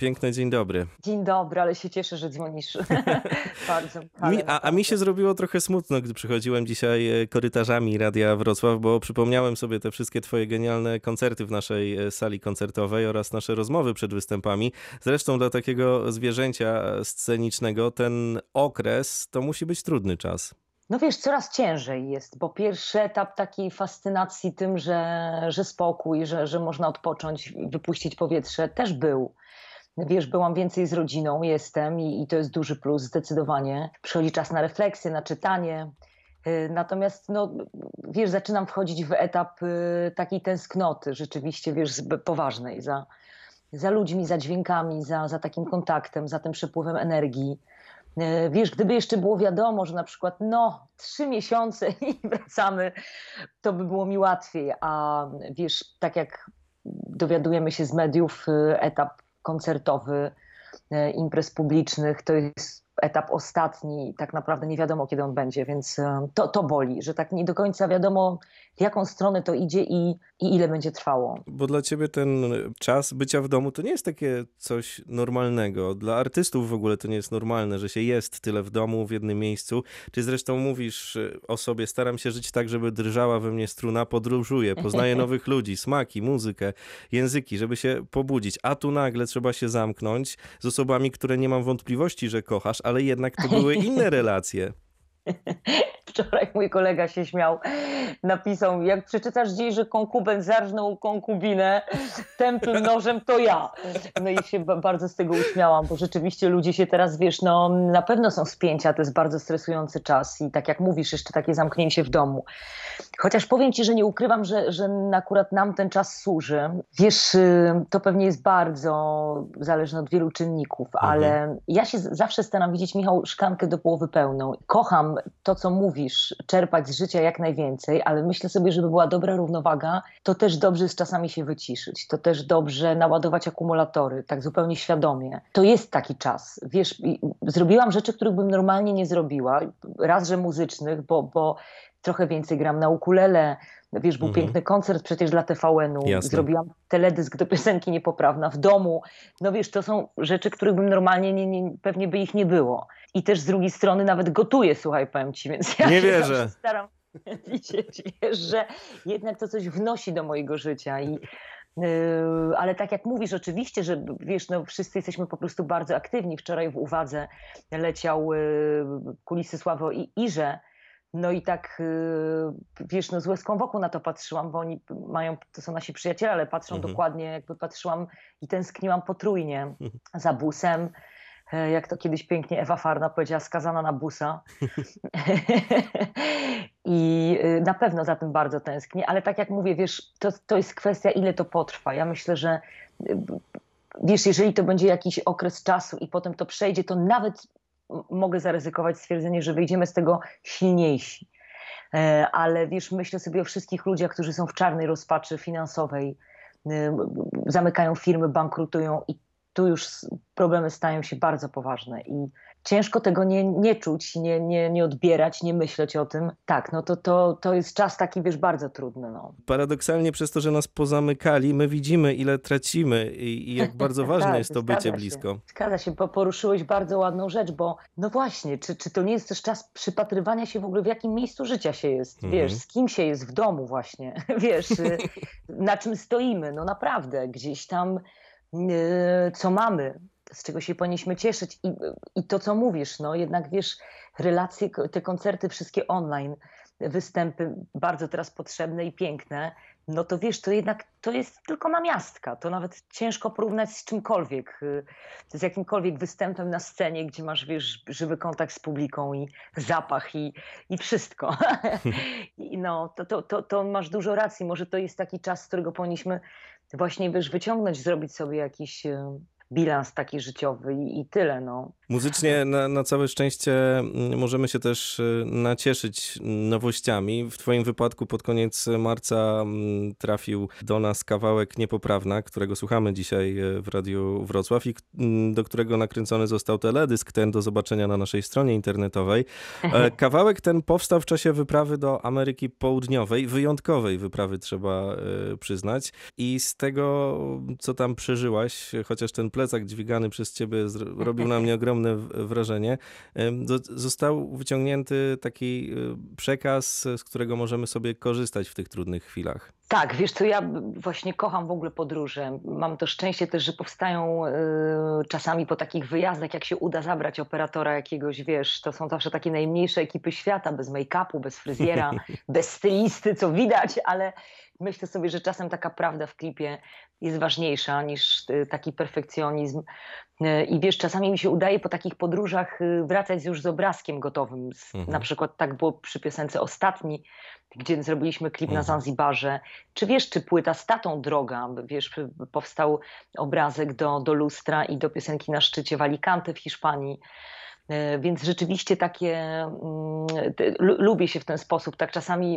Piękne dzień dobry. Dzień dobry, ale się cieszę, że dzwonisz. Bardzo, A mi się zrobiło trochę smutno, gdy przychodziłem dzisiaj korytarzami Radia Wrocław, bo przypomniałem sobie te wszystkie twoje genialne koncerty w naszej sali koncertowej oraz nasze rozmowy przed występami. Zresztą dla takiego zwierzęcia scenicznego ten okres to musi być trudny czas. No wiesz, coraz ciężej jest, bo pierwszy etap takiej fascynacji tym, że spokój, że można odpocząć, wypuścić powietrze, też był. Wiesz, byłam więcej z rodziną, jestem i to jest duży plus zdecydowanie. Przychodzi czas na refleksję, na czytanie. Natomiast, no, wiesz, zaczynam wchodzić w etap takiej tęsknoty, rzeczywiście, wiesz, poważnej za ludźmi, za dźwiękami, za takim kontaktem, za tym przepływem energii. Wiesz, gdyby jeszcze było wiadomo, że na przykład 3 miesiące i wracamy, to by było mi łatwiej. A wiesz, tak jak dowiadujemy się z mediów, etap koncertowy, imprez publicznych to jest etap ostatni, tak naprawdę nie wiadomo, kiedy on będzie, więc to boli, że tak nie do końca wiadomo, w jaką stronę to idzie i ile będzie trwało. Bo dla ciebie ten czas bycia w domu to nie jest takie coś normalnego. Dla artystów w ogóle to nie jest normalne, że się jest tyle w domu, w jednym miejscu. Ty zresztą mówisz o sobie, staram się żyć tak, żeby drżała we mnie struna, podróżuję, poznaję nowych ludzi, smaki, muzykę, języki, żeby się pobudzić. A tu nagle trzeba się zamknąć z osobami, które nie mam wątpliwości, że kochasz, ale jednak to były inne relacje. Wczoraj mój kolega się śmiał, napisał, jak przeczytasz gdzieś, że konkubent zarżnął konkubinę tępym nożem, to ja. No i się bardzo z tego uśmiałam, bo rzeczywiście ludzie się teraz, wiesz, na pewno są spięcia, to jest bardzo stresujący czas i tak jak mówisz, jeszcze takie zamknięcie w domu. Chociaż powiem ci, że nie ukrywam, że akurat nam ten czas służy. Wiesz, to pewnie jest bardzo zależne od wielu czynników, ale ja się zawsze staram widzieć, Michał, szklankę do połowy pełną. Kocham to, co mówisz, czerpać z życia jak najwięcej, ale myślę sobie, żeby była dobra równowaga, to też dobrze jest czasami się wyciszyć, to też dobrze naładować akumulatory, tak zupełnie świadomie. To jest taki czas. Wiesz, zrobiłam rzeczy, których bym normalnie nie zrobiła. Raz, że muzycznych, bo trochę więcej gram na ukulele. Wiesz, był piękny koncert przecież dla TVN-u. Jasne. Zrobiłam teledysk do piosenki Niepoprawna w domu. No wiesz, to są rzeczy, których bym normalnie pewnie by ich nie było. I też z drugiej strony nawet gotuję, słuchaj, powiem ci, więc ja Nie się wierzę. zawsze staram widzieć, wiesz, że jednak to coś wnosi do mojego życia ale tak jak mówisz, oczywiście, że wiesz, wszyscy jesteśmy po prostu bardzo aktywni. Wczoraj w Uwadze leciał Kulisy Sławy o Irze. No i tak, wiesz, z łezką wokół na to patrzyłam, bo oni mają, to są nasi przyjaciele, ale patrzą dokładnie, jakby patrzyłam i tęskniłam potrójnie za busem. Jak to kiedyś pięknie Ewa Farna powiedziała, skazana na busa. I na pewno za tym bardzo tęsknię, ale tak jak mówię, wiesz, to jest kwestia, ile to potrwa. Ja myślę, że wiesz, jeżeli to będzie jakiś okres czasu i potem to przejdzie, to nawet mogę zaryzykować stwierdzenie, że wyjdziemy z tego silniejsi. Ale wiesz, myślę sobie o wszystkich ludziach, którzy są w czarnej rozpaczy finansowej, zamykają firmy, bankrutują i tu już problemy stają się bardzo poważne i ciężko tego nie czuć, nie odbierać, nie myśleć o tym. Tak, no to jest czas taki, wiesz, bardzo trudny. No. Paradoksalnie przez to, że nas pozamykali, my widzimy, ile tracimy i jak bardzo ważne Tak, jest to bycie blisko. Zgadza się, bo poruszyłeś bardzo ładną rzecz, bo no właśnie, czy to nie jest też czas przypatrywania się w ogóle, w jakim miejscu życia się jest, wiesz, z kim się jest w domu właśnie, wiesz, na czym stoimy, no naprawdę, gdzieś tam co mamy, z czego się powinniśmy cieszyć i to, co mówisz, no jednak wiesz, relacje, te koncerty wszystkie online, występy bardzo teraz potrzebne i piękne, no to wiesz, to jednak to jest tylko namiastka, to nawet ciężko porównać z czymkolwiek, z jakimkolwiek występem na scenie, gdzie masz, wiesz, żywy kontakt z publiką i zapach i wszystko. I no, to masz dużo racji, może to jest taki czas, z którego powinniśmy właśnie, wiesz, wyciągnąć, zrobić sobie jakiś bilans taki życiowy i tyle, no. Muzycznie na całe szczęście możemy się też nacieszyć nowościami. W twoim wypadku pod koniec marca trafił do nas kawałek Niepoprawna, którego słuchamy dzisiaj w Radiu Wrocław i do którego nakręcony został teledysk, ten do zobaczenia na naszej stronie internetowej. Kawałek ten powstał w czasie wyprawy do Ameryki Południowej, wyjątkowej wyprawy trzeba przyznać i z tego, co tam przeżyłaś, chociaż ten plecak dźwigany przez ciebie robił na mnie ogromne wrażenie. Został wyciągnięty taki przekaz, z którego możemy sobie korzystać w tych trudnych chwilach. Tak, wiesz co, ja właśnie kocham w ogóle podróże. Mam to szczęście też, że powstają czasami po takich wyjazdach, jak się uda zabrać operatora jakiegoś, wiesz, to są zawsze takie najmniejsze ekipy świata, bez make-upu, bez fryzjera, bez stylisty, co widać, ale myślę sobie, że czasem taka prawda w klipie jest ważniejsza niż taki perfekcjonizm. I wiesz, czasami mi się udaje po takich podróżach wracać już z obrazkiem gotowym. Na przykład tak było przy piosence Ostatni, gdzie zrobiliśmy klip na Zanzibarze. Czy wiesz, czy płyta z tatą Droga, wiesz, powstał obrazek do lustra i do piosenki Na szczycie w Alicante w Hiszpanii. Więc rzeczywiście takie, lubię się w ten sposób, tak czasami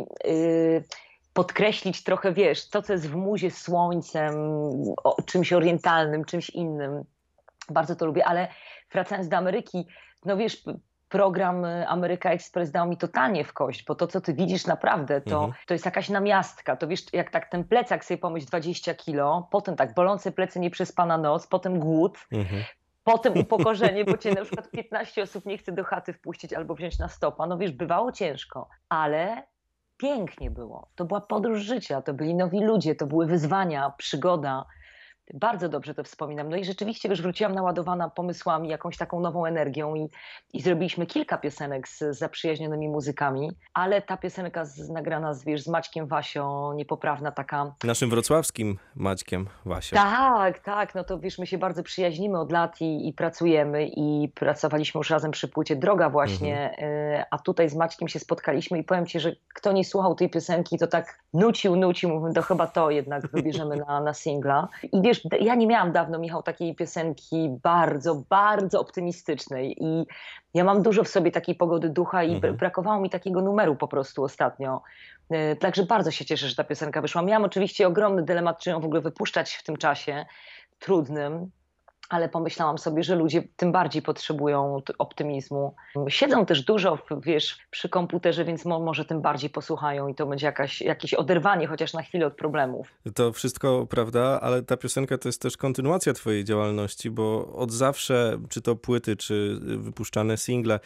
podkreślić trochę, wiesz, to co jest w muzie słońcem, czymś orientalnym, czymś innym. Bardzo to lubię, ale wracając do Ameryki, no wiesz, program Ameryka Express dał mi totalnie w kość, bo to, co ty widzisz naprawdę, to jest jakaś namiastka. To wiesz, jak tak ten plecak sobie pomyśl 20 kilo, potem tak bolące plecy, nieprzespana noc, potem głód, potem upokorzenie, bo cię na przykład 15 osób nie chce do chaty wpuścić albo wziąć na stopa. No wiesz, bywało ciężko, ale pięknie było. To była podróż życia, to byli nowi ludzie, to były wyzwania, przygoda. Bardzo dobrze to wspominam. No i rzeczywiście już wróciłam naładowana pomysłami, jakąś taką nową energią i zrobiliśmy kilka piosenek z zaprzyjaźnionymi muzykami, ale ta piosenka nagrana wiesz, z Maćkiem Wasio, niepoprawna taka. Naszym wrocławskim Maćkiem Wasio. Tak, no to wiesz, my się bardzo przyjaźnimy od lat i pracujemy i pracowaliśmy już razem przy płycie Droga właśnie, a tutaj z Maćkiem się spotkaliśmy i powiem ci, że kto nie słuchał tej piosenki, to tak nucił, mówię, to chyba to jednak wybierzemy na singla. I wiesz, ja nie miałam dawno, Michał, takiej piosenki bardzo, bardzo optymistycznej i ja mam dużo w sobie takiej pogody ducha i brakowało mi takiego numeru po prostu ostatnio. Także bardzo się cieszę, że ta piosenka wyszła. Miałam oczywiście ogromny dylemat, czy ją w ogóle wypuszczać w tym czasie trudnym, ale pomyślałam sobie, że ludzie tym bardziej potrzebują optymizmu. Siedzą też dużo, wiesz, przy komputerze, więc może tym bardziej posłuchają i to będzie jakieś oderwanie chociaż na chwilę od problemów. To wszystko prawda, ale ta piosenka to jest też kontynuacja twojej działalności, bo od zawsze, czy to płyty, czy wypuszczane single,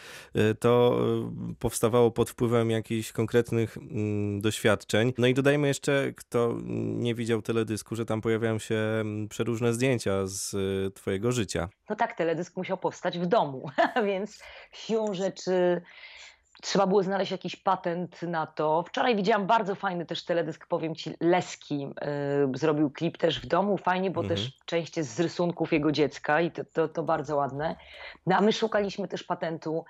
to powstawało pod wpływem jakichś konkretnych doświadczeń. No i dodajmy jeszcze, kto nie widział teledysku, że tam pojawiają się przeróżne zdjęcia z twojego życia. No tak, teledysk musiał powstać w domu, więc siłą rzeczy trzeba było znaleźć jakiś patent na to. Wczoraj widziałam bardzo fajny też teledysk, powiem ci, Leski. Zrobił klip też w domu, fajnie, bo też część jest z rysunków jego dziecka i to bardzo ładne. No a my szukaliśmy też patentu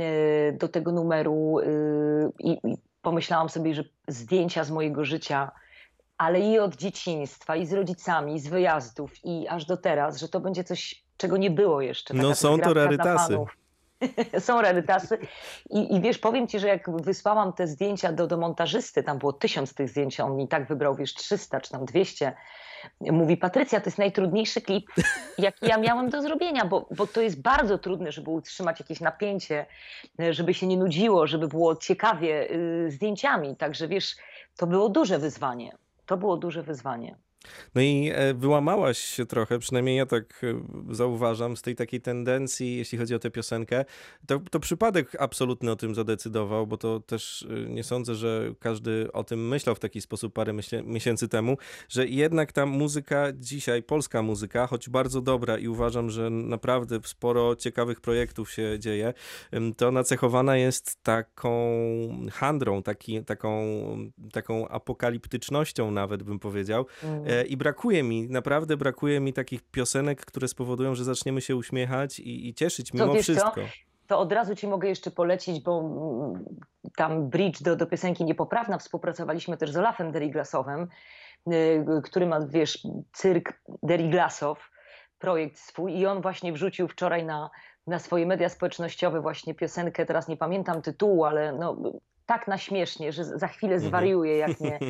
do tego numeru i pomyślałam sobie, że zdjęcia z mojego życia, ale i od dzieciństwa, i z rodzicami, i z wyjazdów, i aż do teraz, że to będzie coś, czego nie było jeszcze. No są to rarytasy. Są rarytasy. I wiesz, powiem ci, że jak wysłałam te zdjęcia do montażysty, tam było 1000 tych zdjęć, on mi tak wybrał, wiesz, 300 czy tam 200. Mówi: Patrycja, to jest najtrudniejszy klip, jaki ja miałam do zrobienia, bo to jest bardzo trudne, żeby utrzymać jakieś napięcie, żeby się nie nudziło, żeby było ciekawie zdjęciami. Także wiesz, to było duże wyzwanie. To było duże wyzwanie. No i wyłamałaś się trochę, przynajmniej ja tak zauważam, z tej takiej tendencji, jeśli chodzi o tę piosenkę. To przypadek absolutny o tym zadecydował, bo to też nie sądzę, że każdy o tym myślał w taki sposób parę miesięcy temu, że jednak ta muzyka dzisiaj, polska muzyka, choć bardzo dobra i uważam, że naprawdę sporo ciekawych projektów się dzieje, to nacechowana jest taką handrą, taką apokaliptycznością nawet, bym powiedział. I naprawdę brakuje mi takich piosenek, które spowodują, że zaczniemy się uśmiechać i cieszyć mimo wszystko. Co? To od razu ci mogę jeszcze polecić, bo tam bridge do piosenki Niepoprawna współpracowaliśmy też z Olafem Deriglasowem, który ma, wiesz, cyrk Deriglasow, projekt swój, i on właśnie wrzucił wczoraj na swoje media społecznościowe właśnie piosenkę, teraz nie pamiętam tytułu, ale no tak na śmiesznie, że za chwilę zwariuję,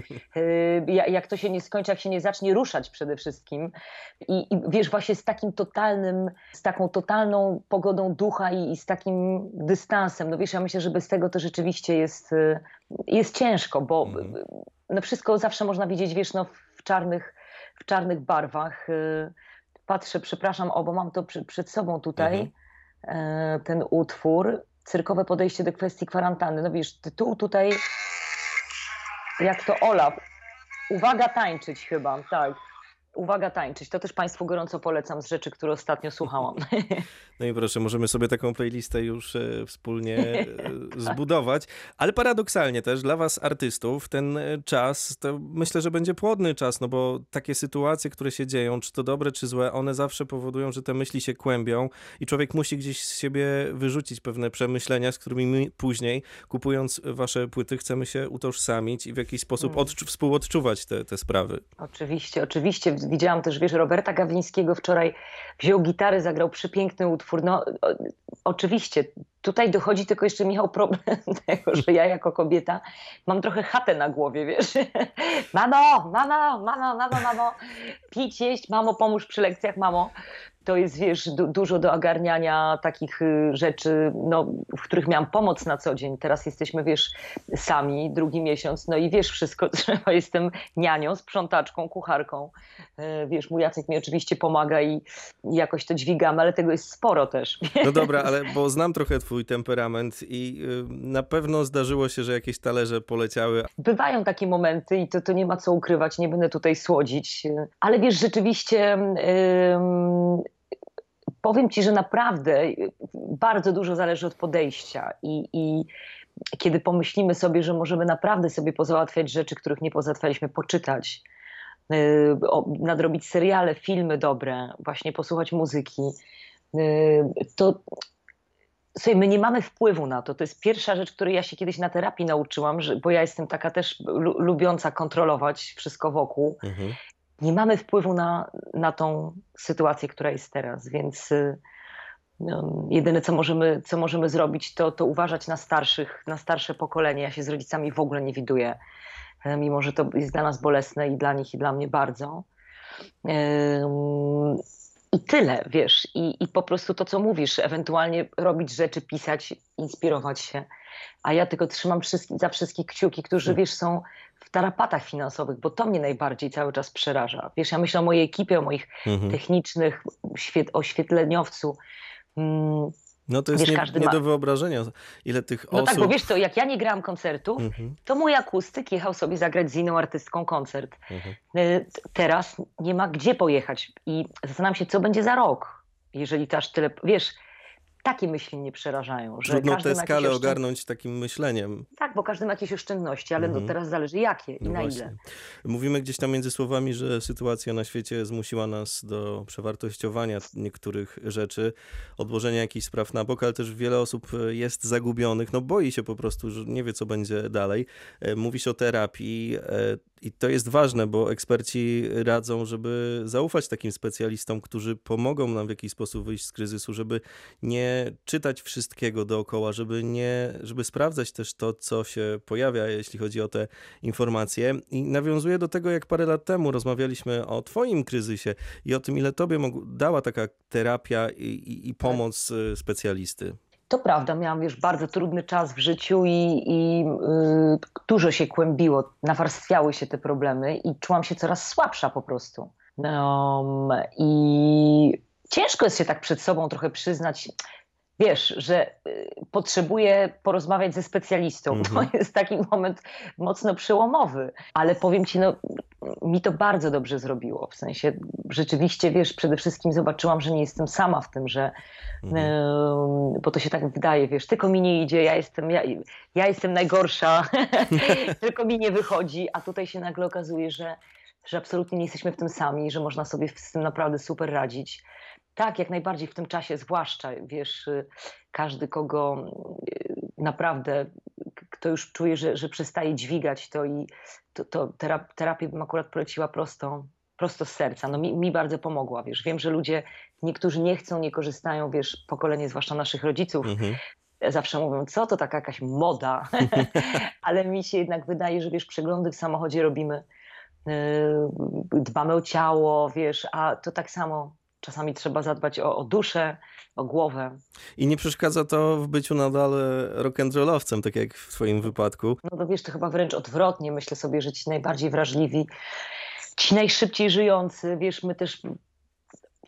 jak to się nie skończy, jak się nie zacznie ruszać przede wszystkim. I wiesz, właśnie z taką totalną pogodą ducha i z takim dystansem. No wiesz, ja myślę, że bez tego to rzeczywiście jest ciężko, bo no wszystko zawsze można widzieć, wiesz, no w czarnych barwach. patrzę, przepraszam, bo mam to przed sobą tutaj, Mhm. ten utwór. Cyrkowe podejście do kwestii kwarantanny. No wiesz, tytuł tutaj, jak to Olaf. Uwaga tańczyć chyba, tak. Uwaga tańczyć. To też Państwu gorąco polecam z rzeczy, które ostatnio słuchałam. No i proszę, możemy sobie taką playlistę już wspólnie zbudować, ale paradoksalnie też dla was artystów ten czas, to myślę, że będzie płodny czas, no bo takie sytuacje, które się dzieją, czy to dobre, czy złe, one zawsze powodują, że te myśli się kłębią i człowiek musi gdzieś z siebie wyrzucić pewne przemyślenia, z którymi my później, kupując wasze płyty, chcemy się utożsamić i w jakiś sposób współodczuwać te sprawy. Oczywiście, oczywiście. Widziałam też, wiesz, Roberta Gawlińskiego wczoraj wziął gitarę, zagrał przepiękny utwór. No, oczywiście, tutaj dochodzi tylko jeszcze, Michał, problem tego, że ja jako kobieta mam trochę chatę na głowie, wiesz. Mamo, pić, jeść, mamo, pomóż przy lekcjach, mamo. To jest, wiesz, dużo do ogarniania takich rzeczy, no, w których miałam pomoc na co dzień. Teraz jesteśmy, wiesz, sami, drugi miesiąc, no i wiesz, wszystko trzeba. Jestem nianią, sprzątaczką, kucharką. Wiesz, mój Jacek mi oczywiście pomaga i jakoś to dźwigamy, ale tego jest sporo też. No dobra, ale bo znam trochę twój temperament i na pewno zdarzyło się, że jakieś talerze poleciały. Bywają takie momenty i to nie ma co ukrywać, nie będę tutaj słodzić, ale wiesz, rzeczywiście powiem ci, że naprawdę bardzo dużo zależy od podejścia i kiedy pomyślimy sobie, że możemy naprawdę sobie pozałatwiać rzeczy, których nie pozałatwialiśmy, poczytać, nadrobić seriale, filmy dobre, właśnie posłuchać muzyki, to słuchaj, my nie mamy wpływu na to. To jest pierwsza rzecz, której ja się kiedyś na terapii nauczyłam, bo ja jestem taka też lubiąca kontrolować wszystko wokół. Mhm. Nie mamy wpływu na tą sytuację, która jest teraz, więc jedyne, co możemy zrobić, to uważać na starsze pokolenie. Ja się z rodzicami w ogóle nie widuję, mimo że to jest dla nas bolesne i dla nich, i dla mnie bardzo. I tyle, wiesz, i po prostu to, co mówisz, ewentualnie robić rzeczy, pisać, inspirować się. A ja tylko trzymam za wszystkich kciuki, którzy, wiesz, są w tarapatach finansowych, bo to mnie najbardziej cały czas przeraża. Wiesz, ja myślę o mojej ekipie, o moich technicznych, oświetleniowcu. No to jest Wiesz, nie do wyobrażenia, ile tych No osób... tak, bo wiesz co, jak ja nie grałam koncertów, to mój akustyk jechał sobie zagrać z inną artystką koncert. Teraz nie ma gdzie pojechać i zastanawiam się, co będzie za rok, jeżeli to aż tyle, wiesz, takie myśli mnie przerażają, że Trudno każdy tę ma skalę jakieś ogarnąć takim myśleniem. Tak, bo każdy ma jakieś oszczędności, ale no teraz zależy jakie i No na właśnie. ile. Mówimy gdzieś tam między słowami, że sytuacja na świecie zmusiła nas do przewartościowania niektórych rzeczy, odłożenia jakichś spraw na bok, ale też wiele osób jest zagubionych, no boi się po prostu, że nie wie, co będzie dalej. Mówisz o terapii i to jest ważne, bo eksperci radzą, żeby zaufać takim specjalistom, którzy pomogą nam w jakiś sposób wyjść z kryzysu, żeby nie czytać wszystkiego dookoła, żeby sprawdzać też to, co się pojawia, jeśli chodzi o te informacje. I nawiązuję do tego, jak parę lat temu rozmawialiśmy o twoim kryzysie i o tym, ile tobie dała taka terapia i pomoc specjalisty. To prawda, miałam, wiesz, bardzo trudny czas w życiu i dużo się kłębiło, nawarstwiały się te problemy i czułam się coraz słabsza po prostu. I ciężko jest się tak przed sobą trochę przyznać, wiesz, że potrzebuję porozmawiać ze specjalistą. To jest taki moment mocno przełomowy. Ale powiem ci, no, mi to bardzo dobrze zrobiło. W sensie rzeczywiście, wiesz, przede wszystkim zobaczyłam, że nie jestem sama w tym, że bo to się tak wydaje, wiesz, tylko mi nie idzie, ja jestem najgorsza, tylko mi nie wychodzi, a tutaj się nagle okazuje, że absolutnie nie jesteśmy w tym sami, że można sobie z tym naprawdę super radzić. Tak, jak najbardziej w tym czasie, zwłaszcza, wiesz, każdy, kogo naprawdę, kto już czuje, że przestaje dźwigać to i to terapię bym akurat poleciła prosto z serca. No mi bardzo pomogła, wiesz. Wiem, że ludzie, niektórzy nie chcą, nie korzystają, wiesz, pokolenie zwłaszcza naszych rodziców, zawsze mówią, co to taka jakaś moda, ale mi się jednak wydaje, że wiesz, przeglądy w samochodzie robimy, dbamy o ciało, wiesz, a to tak samo czasami trzeba zadbać o duszę, o głowę. I nie przeszkadza to w byciu nadal rock'n'rollowcem, tak jak w twoim wypadku? No to wiesz, to chyba wręcz odwrotnie. Myślę sobie, że ci najbardziej wrażliwi, ci najszybciej żyjący, wiesz, my też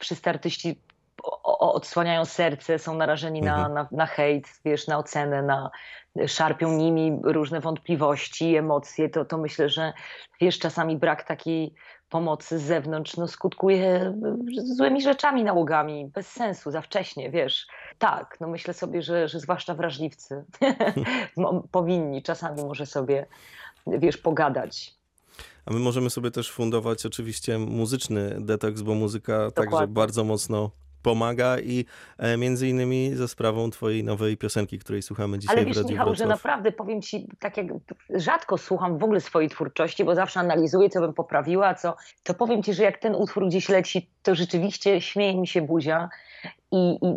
wszyscy artyści odsłaniają serce, są narażeni Mhm. na hejt, wiesz, na ocenę, szarpią nimi różne wątpliwości, emocje, to myślę, że wiesz, czasami brak takiej pomocy z zewnątrz no, skutkuje złymi rzeczami, nałogami, bez sensu, za wcześnie, wiesz. Tak, no myślę sobie, że zwłaszcza wrażliwcy powinni czasami może sobie, wiesz, pogadać. A my możemy sobie też fundować oczywiście muzyczny detoks, bo muzyka także Dokładnie. bardzo mocno pomaga i między innymi za sprawą twojej nowej piosenki, której słuchamy Ale dzisiaj w wiesz, Radiu Michał, że Wrocław. naprawdę powiem ci, tak jak rzadko słucham w ogóle swojej twórczości, bo zawsze analizuję, co bym poprawiła, to powiem ci, że jak ten utwór gdzieś leci, to rzeczywiście śmieje mi się buzia i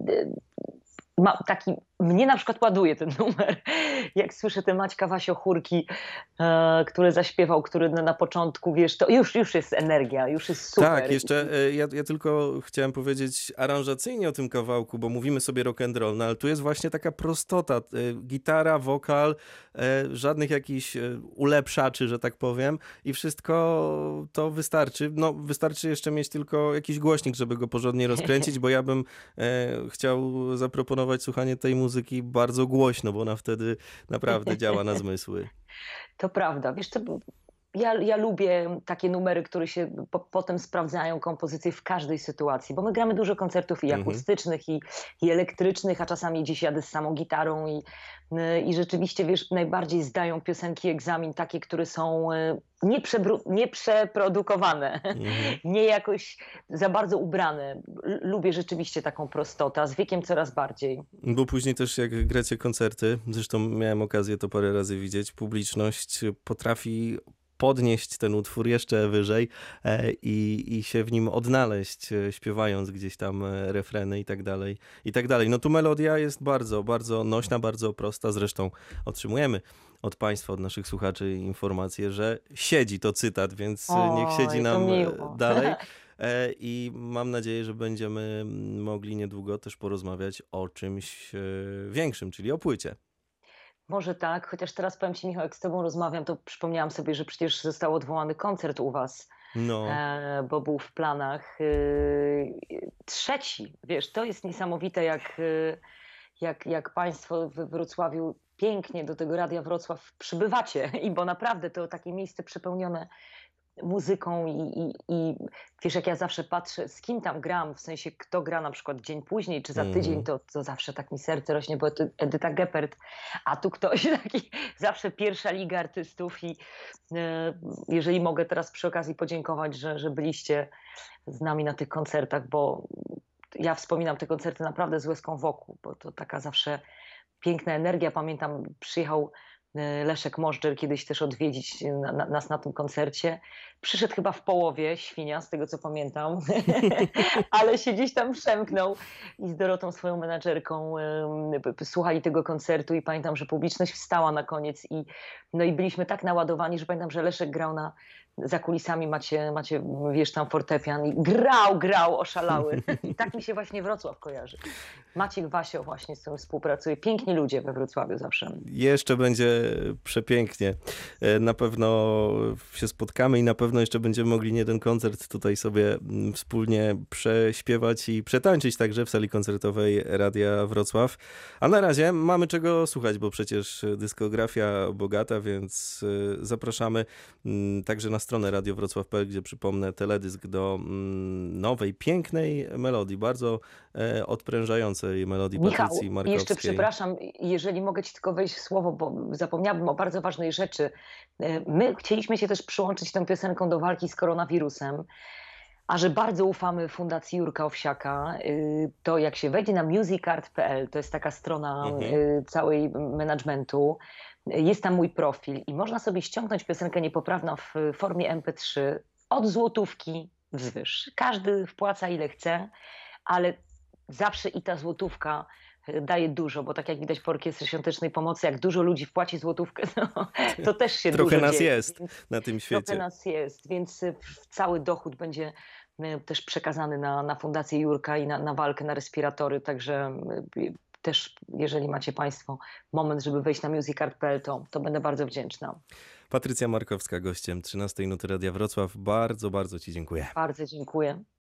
taki, mnie na przykład ładuje ten numer, jak słyszę te Maćka Wasio-chórki, które zaśpiewał, który na początku, wiesz, to już jest energia, już jest super. Tak, jeszcze ja tylko chciałem powiedzieć aranżacyjnie o tym kawałku, bo mówimy sobie rock and roll, no ale tu jest właśnie taka prostota, gitara, wokal, żadnych jakichś ulepszaczy, że tak powiem i wszystko to wystarczy. No wystarczy jeszcze mieć tylko jakiś głośnik, żeby go porządnie rozkręcić, bo ja bym chciał zaproponować słuchanie tej muzyki bardzo głośno, bo ona wtedy naprawdę działa na zmysły. To prawda. Wiesz co, ja lubię takie numery, które się potem sprawdzają kompozycje w każdej sytuacji, bo my gramy dużo koncertów i Mhm. akustycznych, i elektrycznych, a czasami gdzieś jadę z samą gitarą i rzeczywiście, wiesz, najbardziej zdają piosenki egzamin takie, które są nieprzeprodukowane, Mhm. nie jakoś za bardzo ubrane. Lubię rzeczywiście taką prostotę, a z wiekiem coraz bardziej. Bo później też jak gracie koncerty, zresztą miałem okazję to parę razy widzieć, publiczność potrafi podnieść ten utwór jeszcze wyżej i się w nim odnaleźć, śpiewając gdzieś tam refreny i tak dalej, i tak dalej. No tu melodia jest bardzo, bardzo nośna, bardzo prosta, zresztą otrzymujemy od Państwa, od naszych słuchaczy informację, że siedzi, to cytat, więc niech siedzi Oj, to nam miło. dalej. I mam nadzieję, że będziemy mogli niedługo też porozmawiać o czymś większym, czyli o płycie. Może tak, chociaż teraz powiem ci, Michał, jak z tobą rozmawiam, to przypomniałam sobie, że przecież został odwołany koncert u was, No, bo był w planach trzeci. Wiesz, to jest niesamowite, jak państwo w Wrocławiu pięknie do tego Radia Wrocław przybywacie, i bo naprawdę to takie miejsce przepełnione muzyką i wiesz, jak ja zawsze patrzę, z kim tam gram, w sensie kto gra na przykład dzień później, czy za tydzień, mhm. to zawsze tak mi serce rośnie, bo to Edyta Geppert, a tu ktoś taki, zawsze pierwsza liga artystów i jeżeli mogę teraz przy okazji podziękować, że byliście z nami na tych koncertach, bo ja wspominam te koncerty naprawdę z łezką wokół, bo to taka zawsze piękna energia. Pamiętam, przyjechał Leszek Możdżer kiedyś też odwiedzić nas na tym koncercie. Przyszedł chyba w połowie, świnia, z tego co pamiętam, ale się gdzieś tam przemknął i z Dorotą, swoją menadżerką, słuchali tego koncertu i pamiętam, że publiczność wstała na koniec no i byliśmy tak naładowani, że pamiętam, że Leszek grał za kulisami, macie, wiesz, tam fortepian i grał oszalały. I tak mi się właśnie Wrocław kojarzy. Maciek Wasio właśnie z którym współpracuje. Piękni ludzie we Wrocławiu zawsze. Jeszcze będzie przepięknie. Na pewno się spotkamy i na pewno jeszcze będziemy mogli nie jeden koncert tutaj sobie wspólnie prześpiewać i przetańczyć także w sali koncertowej Radia Wrocław. A na razie mamy czego słuchać, bo przecież dyskografia bogata, więc zapraszamy także na stronę radiowrocław.pl, gdzie przypomnę teledysk do nowej, pięknej melodii, bardzo odprężającej melodii Michał, Patrycji jeszcze Markowskiej. przepraszam, jeżeli mogę ci tylko wejść w słowo, bo zapomniałabym o bardzo ważnej rzeczy. My chcieliśmy się też przyłączyć tą piosenką do walki z koronawirusem, a że bardzo ufamy Fundacji Jurka Owsiaka, to jak się wejdzie na musicart.pl, to jest taka strona Mhm. całej managementu, jest tam mój profil i można sobie ściągnąć piosenkę Niepoprawna w formie MP3 od złotówki wzwyż. Każdy wpłaca ile chce, ale zawsze i ta złotówka daje dużo, bo tak jak widać po Orkiestrze Świątecznej Pomocy, jak dużo ludzi wpłaci złotówkę, to też się Trochę dużo nas dzieje. jest Więc na tym trochę świecie. nas jest, więc cały dochód będzie też przekazany na Fundację Jurka i na walkę na respiratory, także też jeżeli macie Państwo moment, żeby wejść na musicart.pl, to będę bardzo wdzięczna. Patrycja Markowska, gościem 13 Nuty Radia Wrocław. Bardzo, bardzo Ci dziękuję. Bardzo dziękuję.